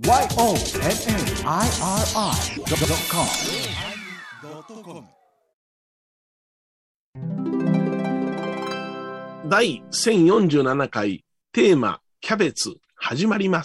YONNIRI.com 第1047回テーマキャベツ始まります。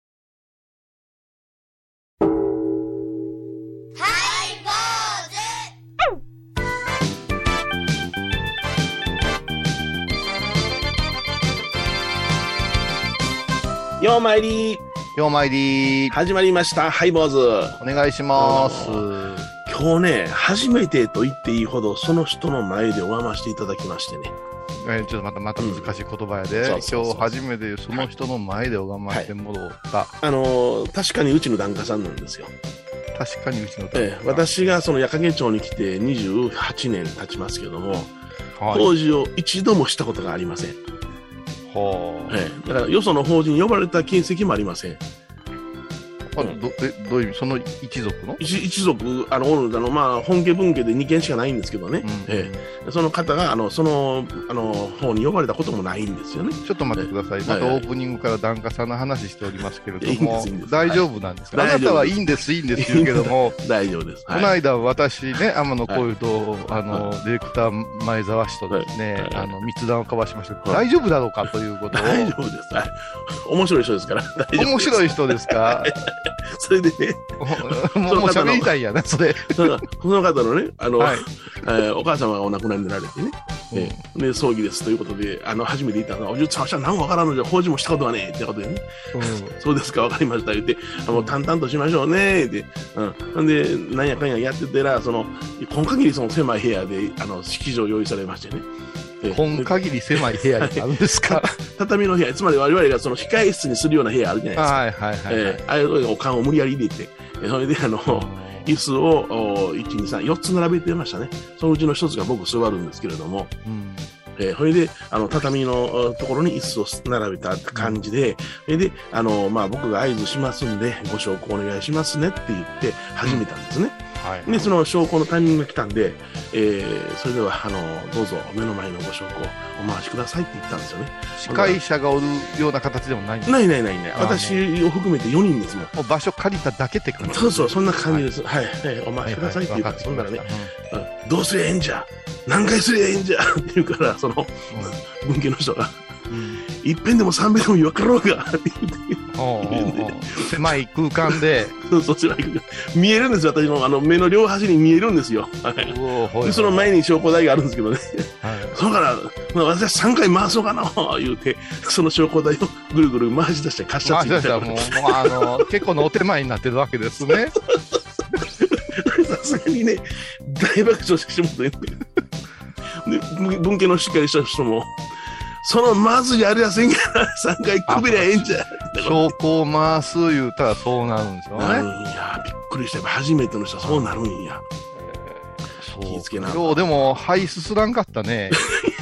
ようまいりようまいり始まりましたハイボーズ、 お願いします。 今日ね、初めてと言っていいほどその人の前で拝ましていただきましてね、 ちょっとまた難しい言葉やで、今日初めてその人の前で拝ましてもらった、 確かにうちの檀家さんなんですよ。 確かにうちの檀家さん、 私がその矢掛町に来て28年経ちますけども、 はい、 法事を一度もしたことがありません。だからよその法人に呼ばれた形跡もありません。 どういう意味？その一族の一族まあ本家分家で2軒しかないんですけどね、その方がその方に呼ばれたこともないんですよね。 ちょっと待ってください、またオープニングから檀家さんの話しておりますけれども、大丈夫なんですか？あなたはいいんです言うけども大丈夫です、 この間私ね、天野幸雄とディレクター前澤氏とですね、密談を交わしました。大丈夫だろうかということを。 大丈夫です、面白い人ですから。 面白い人ですか？ それでね、 もう喋りたいやな、それ。 その方のね、お母様がお亡くなりになられてね、で葬儀ですということで、初めて言ったのは、おじゅさんは何もわからんのじゃ、法事もしたことはねえってことでね、そうですか、わかりました言って、もう淡々としましょうねって、ほんで、なんやかんややってたら、今限りその狭い部屋で、式場を用意されましてね。 今限り狭い部屋にあるんですか？ 畳の部屋、つまり我々がその控え室にするような部屋あるじゃないですか。ああいうところにおかんを無理やり入れて、それで椅子を1、2、3、4つ並べてましたね。そのうちの1つが僕座るんですけれども、それで畳のところに椅子を並べた感じで、それで僕が合図しますんでご焼香お願いしますねって言って始めたんですね。でその焼香のタイミングが来たんで、それではどうぞ目の前のご焼香お回しくださいって言ったんですよね。 司会者がおるような形でもないんですか？ない私を含めて4人ですもん。 もう場所借りただけって感じ。 そうそんな感じです。お回しくださいって言ったら、そんならね、どうすりゃええんじゃ、何回すりゃええんじゃって言うから、その文家の人がいっぺんでも3遍でも分かろうがって言って、 狭い空間でそう狭い空間見えるんですよ。私の目の両端に見えるんですよ。でその前に証拠台があるんですけどね、そだから私3回回そうかな言うて、その証拠台をぐるぐる回し出してカッシャついてもう結構のお手前になってるわけですね。 さすがにね、大爆笑してしまって、で文家のしっかりした人もまずやりやせんから3回くべりゃええんじゃ。 証拠を回す言うたらそうなるんですよね。 なるんや、びっくりした。初めての人はそうなるんや。気ぃつけな。 でも肺すすらんかったね。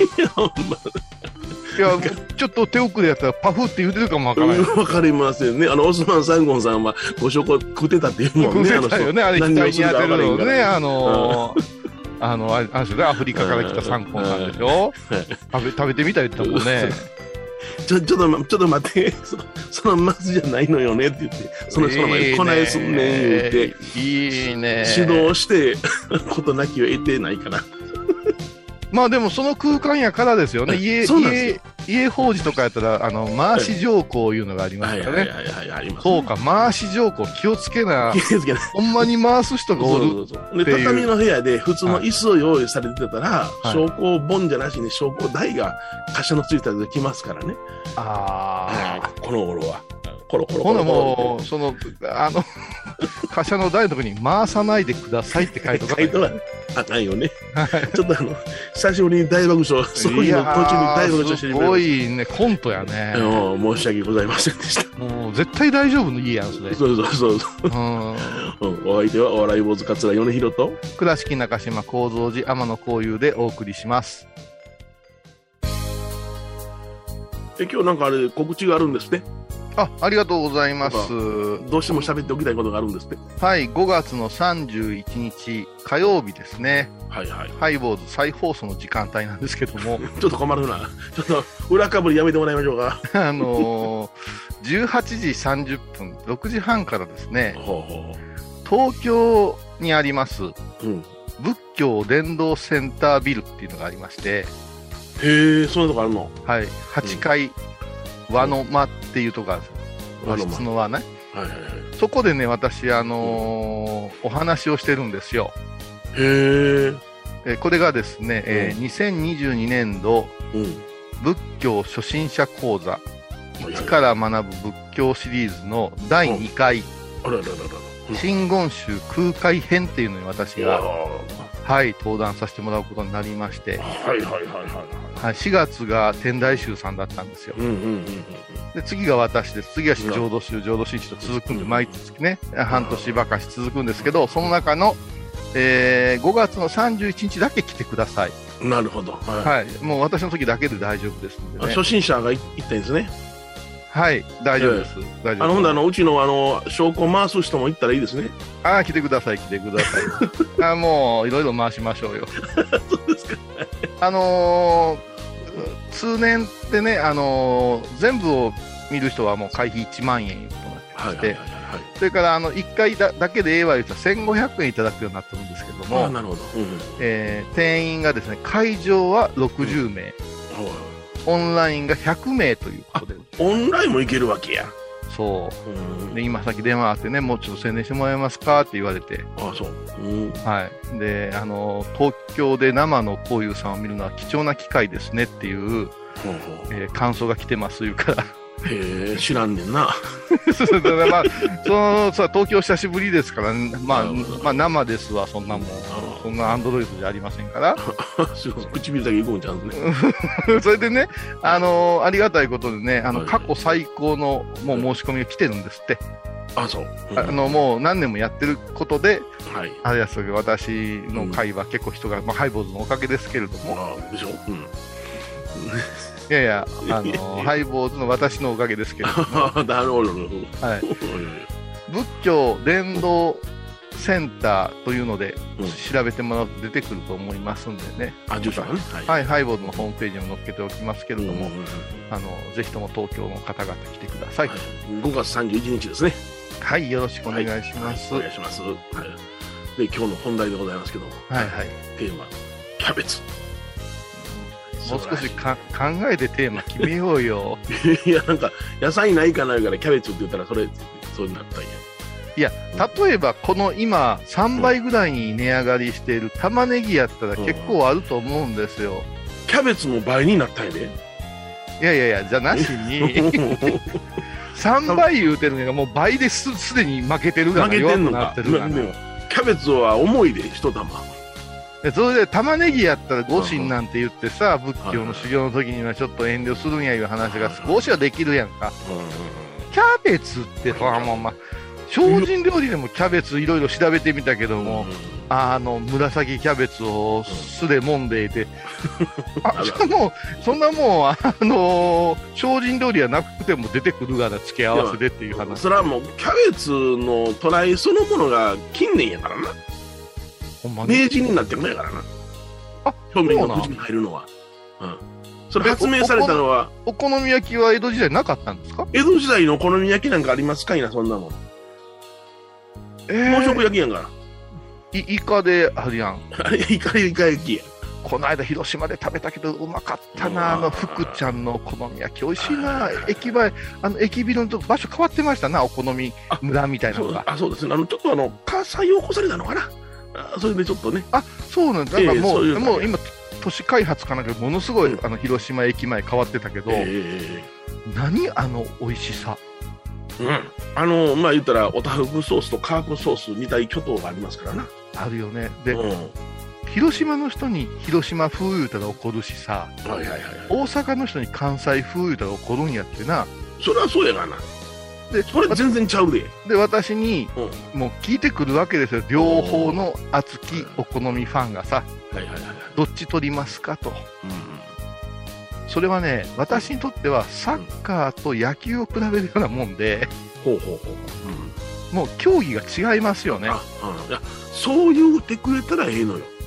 いやちょっと手遅れやったらパフって言うてるかもわからない。 わかりませんね。オスマン・サンゴンさんはご証拠食ってたっていうもんね。 食ってたよね、あれ額に当てるのね。あれですよね、アフリカから来たサンコンさんでしょ。食べてみたいって言ったもんね。 ちょっと待って、そのまずじゃないのよねって言って、その前にこないすんねん言って、 いいね、 指導して事なきを得てないから。 まあでもその空間やからですよね。家法事とかやったら回し条項いうのがありますからね。そうか、回し条項気をつけな。ほんまに回す人がおるっていう。 で畳の部屋で普通の椅子を用意されてたら、昇降本じゃなしに昇降台が滑車のついたやつで来ますからね。この頃は。コロコロコロ。 もう滑車の台のところに回さないでくださいって書いておかない。 書いてはあかんよね。ちょっと久しぶりに大爆笑、その日の途中に大爆笑してすごいね、コントやね。 申し訳ございませんでした。 もう絶対大丈夫の家やん、それ。 そう。お相手はお笑い坊主桂米広と倉敷中島幸三寺天野幸雄でお送りします。 今日なんかあれ告知があるんですね。 ありがとうございます。 どうしても喋っておきたいことがあるんですって。 はい、5月の31日火曜日ですね。ハイボーズ再放送の時間帯なんですけどもちょっと困るな。ちょっと裏かぶりやめてもらいましょうか。 18時30分、6時半からですね、東京にあります、仏教伝道センタービルっていうのがありまして、 へえ、そういうとこあるの？ はい、8階、輪の間っていうとこがあるんですよ。和室の輪ね。そこでね、私、お話をしてるんですよ。 へえ。これがですね、2022年度、仏教初心者講座、一から学ぶ仏教シリーズの第2回、真言宗空海編っていうのに私が、はい、登壇させてもらうことになりまして、4月が天台宗さんだったんですよ。で、次が私です。次は浄土宗、浄土真宗と続くんで、毎月ね、半年ばかし続くんですけど、その中の、5月の31日だけ来てください。 なるほど。 はい。もう私の時だけで大丈夫ですのでね。 初心者が行ったんですね。 はい、大丈夫です。大丈夫です。 ほんで、うちの証拠回す人も行ったらいいですね。 来てください、来てください。もう、いろいろ回しましょうよ。 そうですか。 通年ってね、全部を見る人はもう会費1万円となってまして、それから1回だけでええわ言うと1500円いただくようになってるんですけども、 なるほど。 定員がですね、会場は60名、オンラインが100名ということで。 オンラインもいけるわけや。 そう。で、今さっき電話あってね、もうちょっと宣伝してもらえますかって言われて。 そう。 はい。で、東京で生のこういうさんを見るのは貴重な機会ですねっていう、感想が来てますいうから。 へえ、知らんねんな。 まあ、東京久しぶりですから、まあ、生ですわ、そんなもん。そんなアンドロイドじゃありませんから。 唇だけいくんちゃうんですね。それでね、ありがたいことでね、過去最高のもう申し込みが来てるんですって。 そう。 もう何年もやってることで、あれやすが私の会は結構人が、ハイボーズのおかげですけれども。 でしょ？ いやいや、ハイボーズの私のおかげですけれども。 なるほど。 はい。仏教伝道センターというので調べてもらうと出てくると思いますんでね。 住所ね。 はい、ハイボーズのホームページにも載っけておきますけれども、ぜひとも東京の方々来てください。 5月31日ですね。 はい、よろしくお願いします。 お願いします。で、今日の本題でございますけども、テーマ、キャベツ。 もう少し考えてテーマ決めようよ。 いや、なんか、野菜ないかないからキャベツって言ったら、そうなったんや。 いや、例えばこの今、3倍ぐらいに値上がりしている玉ねぎやったら結構あると思うんですよ。 キャベツも倍になったんやで。 いや、じゃなしに、3倍言うてるのがもう倍ですでに負けてるから弱くなってるから。 キャベツは重いで、一玉。 それで玉ねぎやったら五神なんて言ってさ、仏教の修行の時にはちょっと遠慮するんやいう話が少しはできるやんか。キャベツって精進料理でもキャベツいろいろ調べてみたけども、紫キャベツを酢で揉んでいて、そんなもん、精進料理はなくても出てくるから付け合わせでっていう話。 それはもうキャベツのトライそのものが近年やからな。明治になってもやからな。表面が口に入るのは。それ発明されたのは。 お好み焼きは江戸時代なかったんですか？ 江戸時代のお好み焼きなんかありますかいな、そんなもん。洋食焼きやんから。 イカであるやん。 イカ焼きや。 この間広島で食べたけどうまかったな、福ちゃんのお好み焼き美味しいな。駅前、駅ビルのとこ場所変わってましたな、お好み村みたいなのが。 そうですね。ちょっと火災を起こされたのかな。それでちょっとね。 そうなんだ。もう今、都市開発かなんかものすごい、広島駅前変わってたけど、何美味しさ。 言ったら、おたふくソースとカープソース2大巨頭がありますからな。 あるよね。で、広島の人に広島風言うたら怒るしさ、大阪の人に関西風言うたら怒るんやってな。 それはそうやがな。で、それ全然ちゃうで。 で、私に、もう聞いてくるわけですよ。両方の熱きお好みファンがさ、どっち取りますかと。それはね、私にとってはサッカーと野球を比べるようなもんで、もう競技が違いますよね。 そう言うてくれたらええのよ。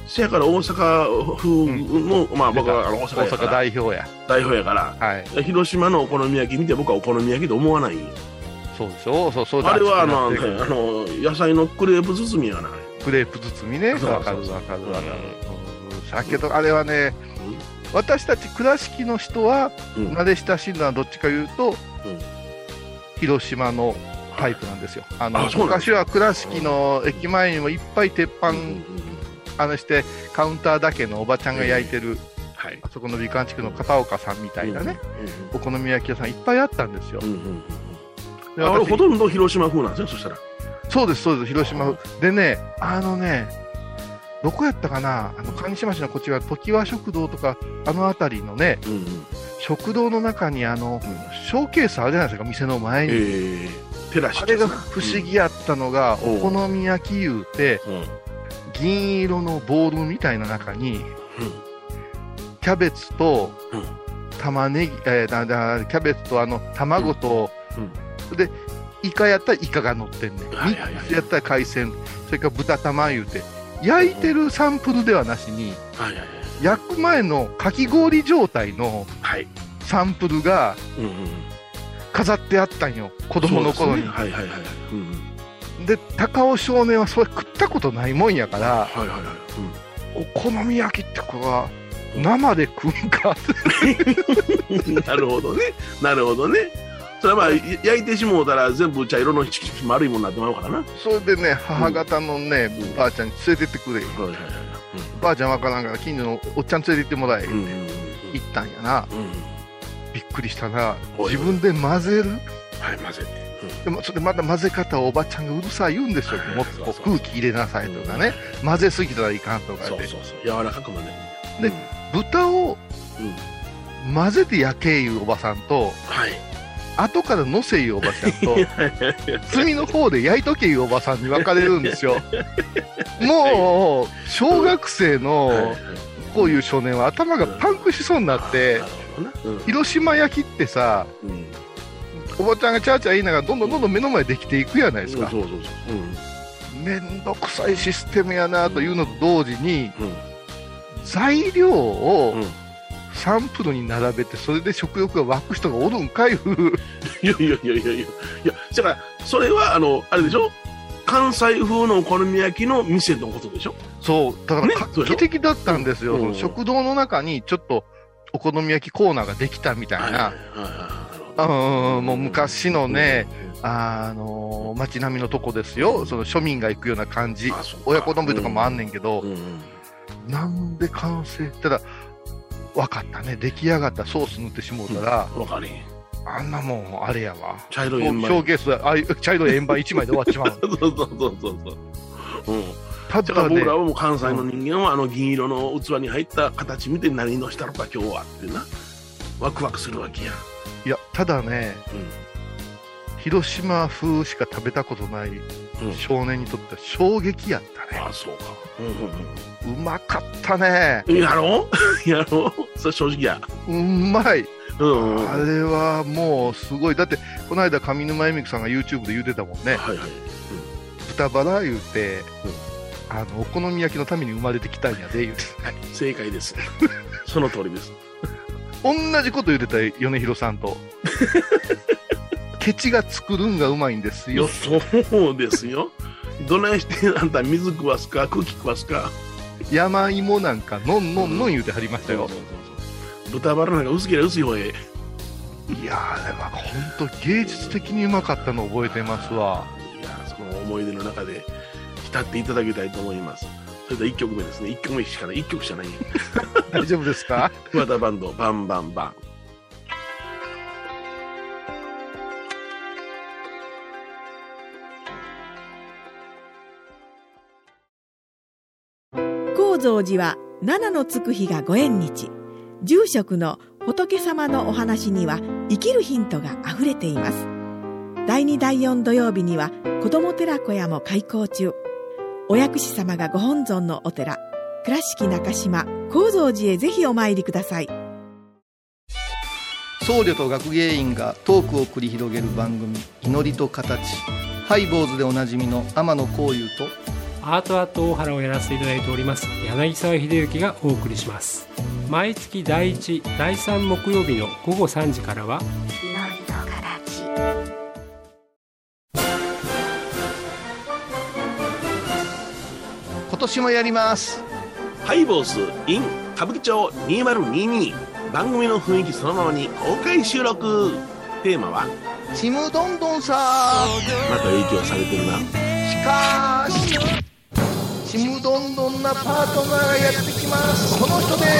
せやから大阪風の、まあ僕は大阪代表やから、はい、広島のお好み焼き見て僕はお好み焼きと思わないんよ。 そうでしょ。そうあれは野菜のクレープ包みやな。 クレープ包みね。わかる。だけどあれはね、私たち倉敷の人は慣れ親しんだのはどっちかいうと、広島のタイプなんですよ。昔は倉敷の駅前にもいっぱい鉄板してカウンターだけのおばちゃんが焼いてる、あそこの美観地区の片岡さんみたいなね、お好み焼き屋さんいっぱいあったんですよ。 ほとんど広島風なんですよ。そしたらそうです広島風でね、どこやったかな、蟹島市のこっちは常盤食堂とか辺りのね、食堂の中にショーケースあるじゃないですか、店の前に、あれが不思議やったのが、お好み焼き言うて、銀色のボールみたいな中に、キャベツと玉ねぎ、キャベツと卵と、でイカやったらイカが乗ってんねん、ミックスやったら海鮮、それから豚玉言うて、焼いてるサンプルではなしに、焼く前のかき氷状態のサンプルが飾ってあったんよ、子供の頃に。で高尾少年はそれ食ったことないもんやから、お好み焼きってこれは生で食うんかなるほどね。それはまあ焼いてしもうたら全部茶色の丸いものになってまうからな。 それでね、母方のね、ばあちゃんに連れてってくれよ、ばあちゃんわからんから近所のおっちゃん連れてってもらえって言ったんやな。びっくりしたな。自分で混ぜる、 混ぜて、 でもそれまた混ぜ方をおばちゃんがうるさい言うんですよ。もっと空気入れなさいとかね、混ぜすぎたらいかんとかで、 柔らかく混ぜて、で豚を混ぜて焼けいうおばさんと、後からのせいうおばちゃんと隅の方で焼いとけいうおばさんに分かれるんですよ。もう小学生のこういう少年は頭がパンクしそうになって、広島焼きってさ、おばちゃんがチャーチャー言いながらどんどん目の前できていくやないですか。めんどくさいシステムやなというのと同時に、材料をサンプルに並べてそれで食欲が湧く人がおるんかい。いやだからそれはあれでしょ、関西風のお好み焼きの店のことでしょ。そうだから画期的だったんですよ、食堂の中にちょっとお好み焼きコーナーができたみたいな、もう昔のね、街並みのとこですよ、その庶民が行くような感じ、親子丼とかもあんねんけど、なんで完成ただ分かったね、出来上がったソース塗ってしもうたら、あんなもんあれやわ、 茶色い円盤、 ショーケースは茶色い円盤1枚で終わっちまう。 だから僕らはもう関西の人間は銀色の器に入った形見て何のしたのか今日はってな、ワクワクするわけや。 いやただね、広島風しか食べたことない少年にとっては衝撃やったね。 そうか。 うまかったね。 やろそれ正直や。 うまい。あれはもうすごい。だってこの間上沼恵美子さんが YouTube で言うてたもんね。豚バラ言うて、お好み焼きのために生まれてきたんやで言うて。 正解です。その通りです。 同じこと言うてた米広さんと。ケチが作るんがうまいんですよ。 そうですよ。どないしてあんた水食わすか空気食わすか。 山芋なんかのん言うてはりましたよ。 豚バラなんか薄けりゃ薄い方へ。 いやあれは本当芸術的にうまかったの覚えてますわ。 いやその思い出の中で浸っていただきたいと思います。それでは1曲目ですね。1曲目しかない。1曲しかない。 大丈夫ですか。 桑田バンドバンバンバン。 高蔵寺は七のつく日がご縁日。住職の仏様のお話には生きるヒントがあふれています。第2第4土曜日には子ども寺小屋も開校中。お薬師様がご本尊のお寺、倉敷中島・高蔵寺へぜひお参りください。 僧侶と学芸員がトークを繰り広げる番組、祈りと形。ハイボーズでおなじみの天野幸雄とアート大原をやらせていただいております柳沢秀幸がお送りします。毎月第1、第3木曜日の午後3時からは今年もやります。 ハイボーズ in 歌舞伎町2022。番組の雰囲気そのままに公開収録。テーマはちむどんどんさまた影響されてるな。 しかしちむどんどんなパートナーがやってきます。この人です。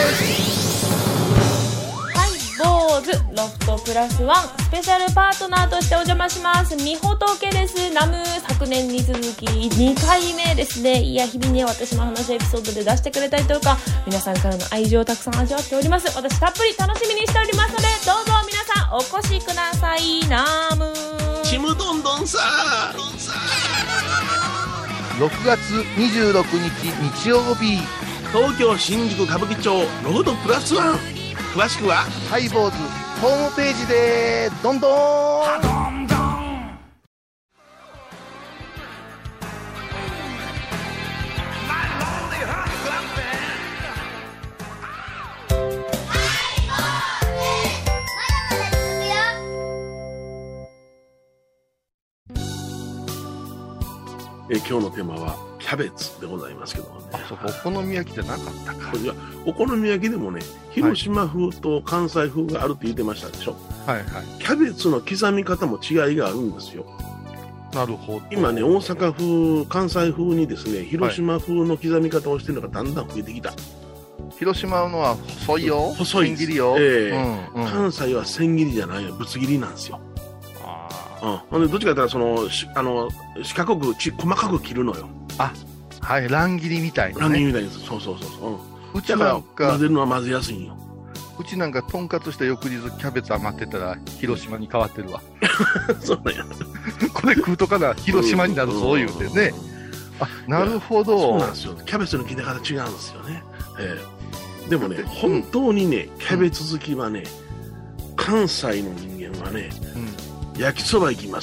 坊主ロフトプラスワンスペシャルパートナーとしてお邪魔しますみほとけです。ナム昨年に続き2回目ですね。いや日々ね私の話エピソードで出してくれたりとか皆さんからの愛情をたくさん味わっております。私たっぷり楽しみにしておりますのでどうぞ皆さんお越しください。ナムちむどんどんさ 6月26日日曜日東京新宿歌舞伎町ロフトプラスワン。詳しくはハイボーズホームページでどんどん。 今日のテーマはキャベツでございますけどもね。 あ、そうか、お好み焼きじゃなかったか。 いや、お好み焼きでもね、広島風と関西風があるって言ってましたでしょ。 はいはい。 キャベツの刻み方も違いがあるんですよ。 なるほど。 今ね、大阪風、関西風にですね、広島風の刻み方をしてるのがだんだん増えてきた。 広島のは細いよ。 細い。 千切りよ。 関西は千切りじゃないよ、ぶつ切りなんですよ。でどっちかというと四角く細かく切るのよ。 あ、はい、乱切りみたいな、ね。 乱切りみたいです。そう。 うちなんか混ぜるのは混ぜやすいんよ。 うちなんかとんかつした翌日キャベツ余ってたら広島に変わってるわ。 そうなんや。 これ食うとかな広島になるそういうてね。あ、なるほど。 そうなんですよ。キャベツの切り方違うんですよね。でもね、本当にね、キャベツ好きはね、関西の人間はね、焼きそば行きます。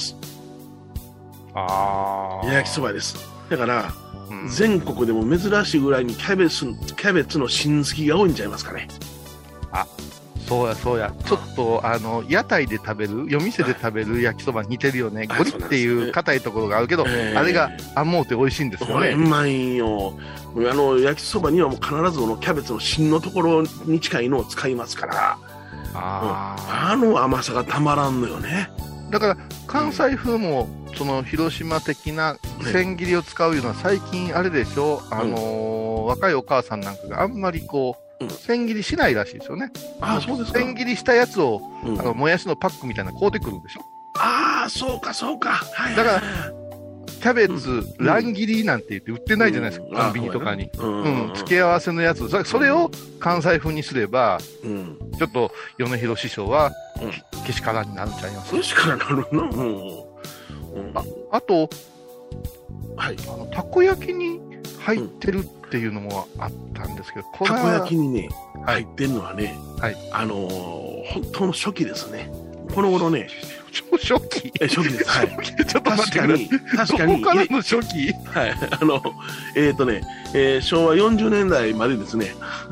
焼きそばです。だから、全国でも珍しいぐらいにキャベツの新好きが多いんちゃいますかね。 あ、そうや。ちょっと屋台で食べる、夜店で食べる焼きそば似てるよね。ゴリっていう硬いところがあるけど、あれが甘うて美味しいんですよね。 うまいよ。焼きそばにはもう必ずキャベツの芯のところに近いのを使いますから、あの甘さがたまらんのよね。 だから関西風もその広島的な千切りを使うような最近あれでしょ、若いお母さんなんかがあんまりこう、千切りしないらしいですよね。 あ、そうですか。 千切りしたやつを、もやしのパックみたいなの買うてくるんでしょ。 ああ、そうか。はい、 だからキャベツ、乱切りなんて言って売ってないじゃないですか、コンビニとかに。付け合わせのやつ。それを関西風にすれば、ちょっと米広師匠は、けしからんになるんちゃいます？ けしからんなるの？ あと、 はい、 たこ焼きに入ってるっていうのもあったんですけど、 たこ焼きにね、入ってるのはね、本当の初期ですね。この頃ね、 初期です。はい。 ちょっと待ってくれ。確かに。からの初期？ はい。昭和40年代までですね。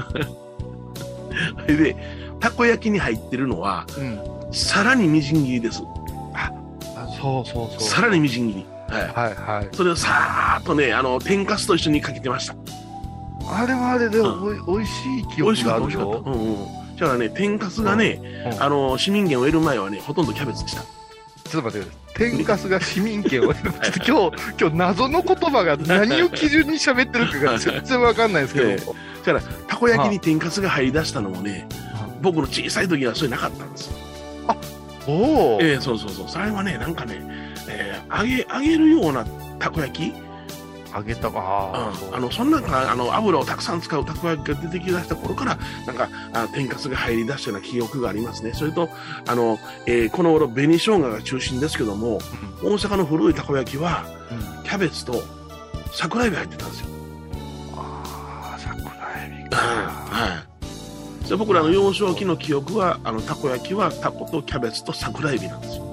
で、たこ焼きに入ってるのは、さらにみじん切りです。 そう。 さらにみじん切り。 はい。 それをさーっとね、天かすと一緒にかけてました。 あれはあれでおいしい記憶があるよ。 だからね、天かすがね、市民権を得る前はね、ほとんどキャベツでした。 ちょっと待ってください。天かすが市民権を得る今日謎の言葉が何を基準に喋ってるかが全然わかんないですけど。 だから、たこ焼きに天かすが入り出したのもね、僕の小さい時はそれなかったんですよ。そう。それはね、なんかね、揚げるようなたこ焼き揚げたそんな油をたくさん使うたこ焼きが出てきだした頃からなんか天かすが入り出したような記憶がありますね。それとこの頃紅生姜が中心ですけども、大阪の古いたこ焼きは、キャベツと桜エビ入ってたんですよ。 桜エビか。 はい。僕らの幼少期の記憶はたこ焼きはタコとキャベツと桜エビなんですよ。 口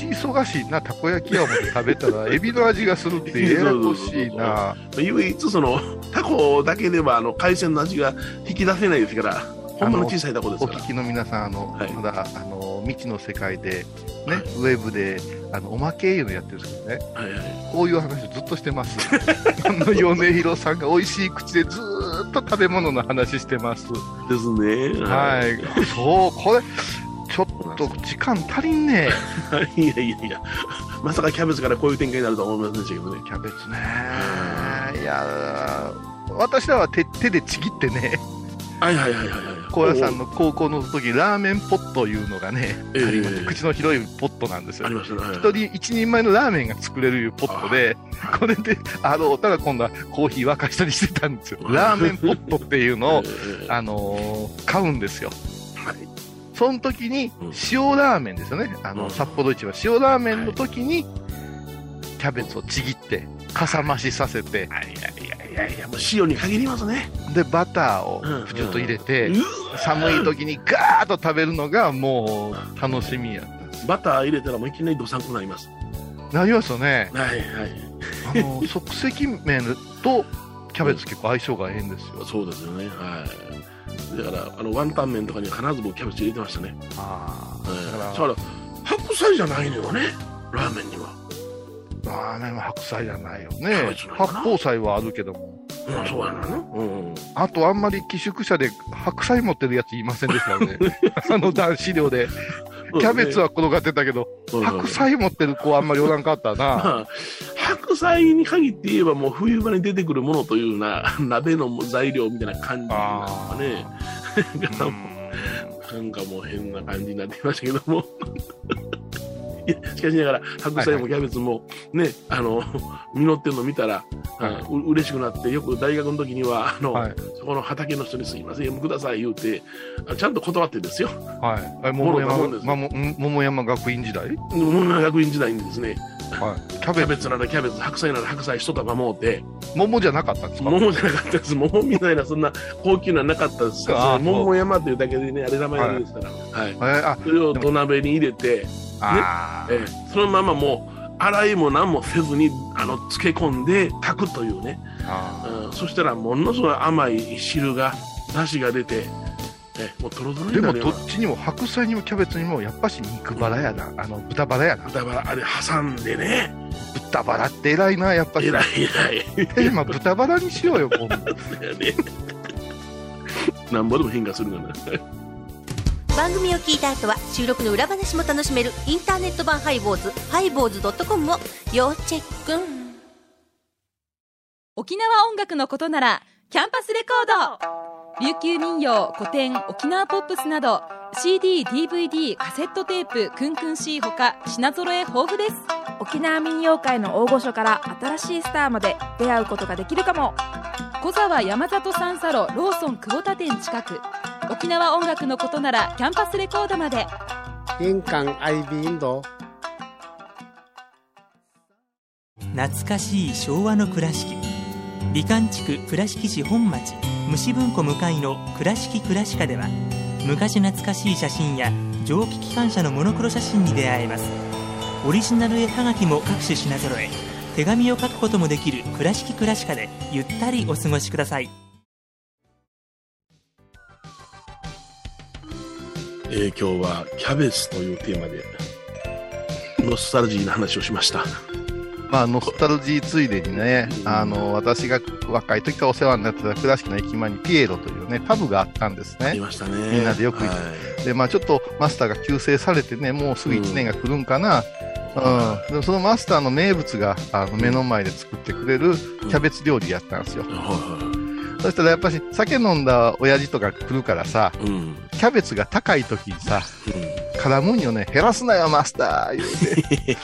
忙しいな、たこ焼き屋を食べたらエビの味がするってややこしいな。 唯一そのタコだけでは海鮮の味が引き出せないですから、ほんまの小さいタコですから。 お聞きの皆さん、まだ未知の世界でね、ウェブでおまけいうのやってるんですけどね、こういう話をずっとしてます。米広さんが美味しい口でずーっと食べ物の話してます。 ですね。 はい。そう、これちょっと時間足りんね。 いや、まさかキャベツからこういう展開になるとは思いませんでしたけどね。 キャベツね。いや、私らは手でちぎってね。高野山の高校の時ラーメンポットいうのがね、口の広いポットなんですよ。一人前のラーメンが作れるいうポットで、これでただ今度はコーヒー沸かしたりしてたんですよ。ラーメンポットっていうのを、買うんですよ。その時に塩ラーメンですよね。札幌市は塩ラーメンの時にキャベツをちぎってかさ増しさせて、 いやもう塩に限りますね。 でバターをちょっと入れて、寒い時にガーッと食べるのがもう楽しみやったんです。 バター入れたらもういきなりどさんくなります。 なりますよね。即席麺とキャベツ結構相性がええんですよ。 そうですよね。だからワンタン麺とかには必ず僕キャベツ入れてましたね。だから白菜じゃないのよね、ラーメンには。 白菜じゃないよね。八宝菜はあるけども。 そうやなの。 あとあんまり寄宿舎で白菜持ってるやついませんでしたよね。男子寮で。キャベツは転がってたけど、白菜持ってる子はあんまりおらんかったな。 白菜に限って言えばもう冬場に出てくるものという鍋の材料みたいな感じなのかね。なんかもう変な感じになってきましたけども。しかしながら白菜もキャベツもね、実ってるの見たら、嬉しくなって、よく大学の時にはそこの畑の人にすいませんください言うてちゃんと断ってですよ。 桃山学院時代にですね、キャベツならキャベツ、白菜なら白菜一束もうて。 桃じゃなかったんですか？ 桃じゃなかったです。桃みたいなそんな高級ななかったです。桃山っていうだけでね、あれ名前ですから。それを土鍋に入れてそのままもう洗いも何もせずに漬け込んで炊くというね。そしたらものすごい甘い汁が出汁が出て、もうトロトロになるよ。 でもどっちにも白菜にもキャベツにもやっぱし肉バラやな、豚バラやな。 豚バラあれ挟んでね。 豚バラって偉いな、やっぱし。 偉い。 今豚バラにしようよ今度。 なんぼでも変化するかな。 番組を聞いた後は収録の裏話も楽しめるインターネット版ハイボーズ、ハイボーズ.com を要チェック。 沖縄音楽のことならキャンパスレコード。琉球民謡、古典、沖縄ポップスなど CD、DVD、カセットテープ、クンクン C ほか品揃え豊富です。 沖縄民謡界の大御所から新しいスターまで出会うことができるかも。 小沢山里三佐路ローソン久保田店近く。沖縄音楽のことならキャンパスレコードまで。 印鑑アイビーインド。 懐かしい昭和の倉敷。美観地区倉敷市本町虫文庫向かいの倉敷倉歯科では、昔懐かしい写真や蒸気機関車のモノクロ写真に出会えます。オリジナル絵はがきも各種品揃え、手紙を書くこともできる倉敷倉歯科でゆったりお過ごしください。 今日はキャベツというテーマでノスタルジーな話をしました。 ノスタルジーついでにね、私が若い時からお世話になってた倉敷の駅前にピエロというねパブがあったんですね。 ありましたね。 みんなでよく行って、でちょっとマスターが急逝されてね、もうすぐ1年が来るんかな。でもそのマスターの名物が目の前で作ってくれるキャベツ料理やったんですよ。そしたらやっぱし酒飲んだ親父とか来るからさ、キャベツが高い時にさ、絡むんよね。減らすなよマスター言うて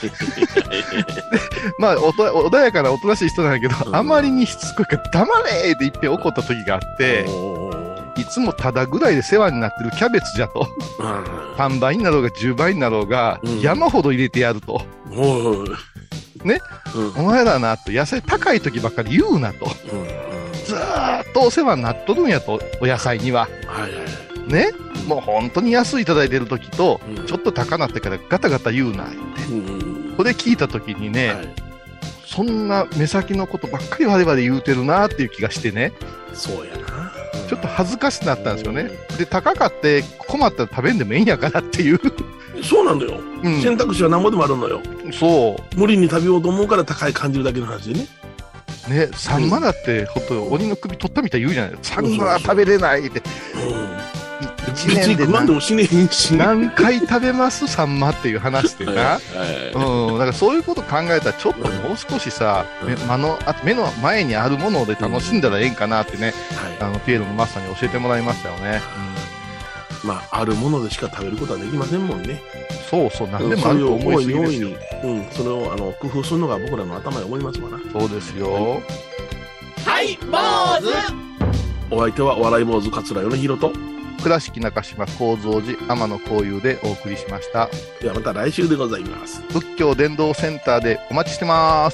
穏やかなおとなしい人なんやけど、あまりにしつこいから黙れって言って怒った時があって、いつもただぐらいで世話になってるキャベツじゃと、3倍になろうが10倍になろうが、山ほど入れてやると、ね、お前らなと、野菜高い時ばっかり言うなと、ずーっとお世話になっとるんやと、お野菜にはね、 もう本当に安いいただいてる時と、ちょっと高なってからガタガタ言うなって、これ聞いた時にね、そんな目先のことばっかり我々言うてるなっていう気がしてね、 そうやな、 ちょっと恥ずかしくなったんですよね。で、高かって困ったら食べんでもいいんやからっていう。 そうなんだよ、選択肢は何ぼでもあるのよ。 そう無理に食べようと思うから高い感じるだけの話でね。 ね、サンマだって本当鬼の首取ったみたい言うじゃない。サンマは食べれないって、1年で何回食べますサンマっていう話でな、だからそういうこと考えたらちょっともう少しさ、目の前にあるもので楽しんだらええんかなってね、ピエロのマスターに教えてもらいましたよね。 まあ、あるものでしか食べることはできませんもんね。 そうそう、何でもあると思いすぎですよ。 それを工夫するのが僕らの頭に思いますわな。 そうですよ。 はい坊主。 お相手はお笑い坊主桂米宏と倉敷中島幸三寺天野幸雄でお送りしました。 ではまた来週でございます。 仏教伝道センターでお待ちしてます。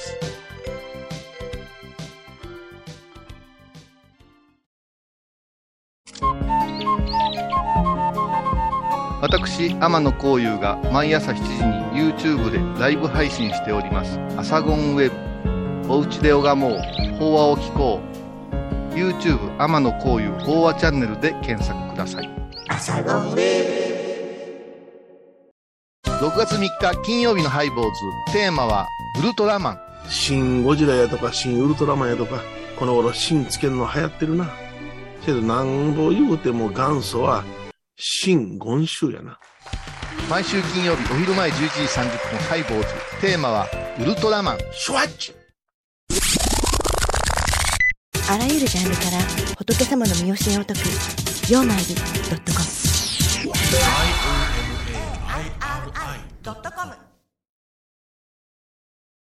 私天野幸雄が毎朝7時に YouTube でライブ配信しておりますアサゴンウェブ、おうちで拝もう法話を聞こう、 YouTube 天野幸雄法話チャンネルで検索ください。アサゴンウェブ。6月3日金曜日のハイボーズ、テーマはウルトラマン。 シンゴジラやとかシンウルトラマンやとか、この頃シンつけるの流行ってるな。けどなんぼ言うても元祖は新言宗やな。 毎週金曜日お昼前11時30分ハイボーズ、テーマはウルトラマン。 シュワッチ。 あらゆるジャンルから仏様の身教えを解く曜マイル.com。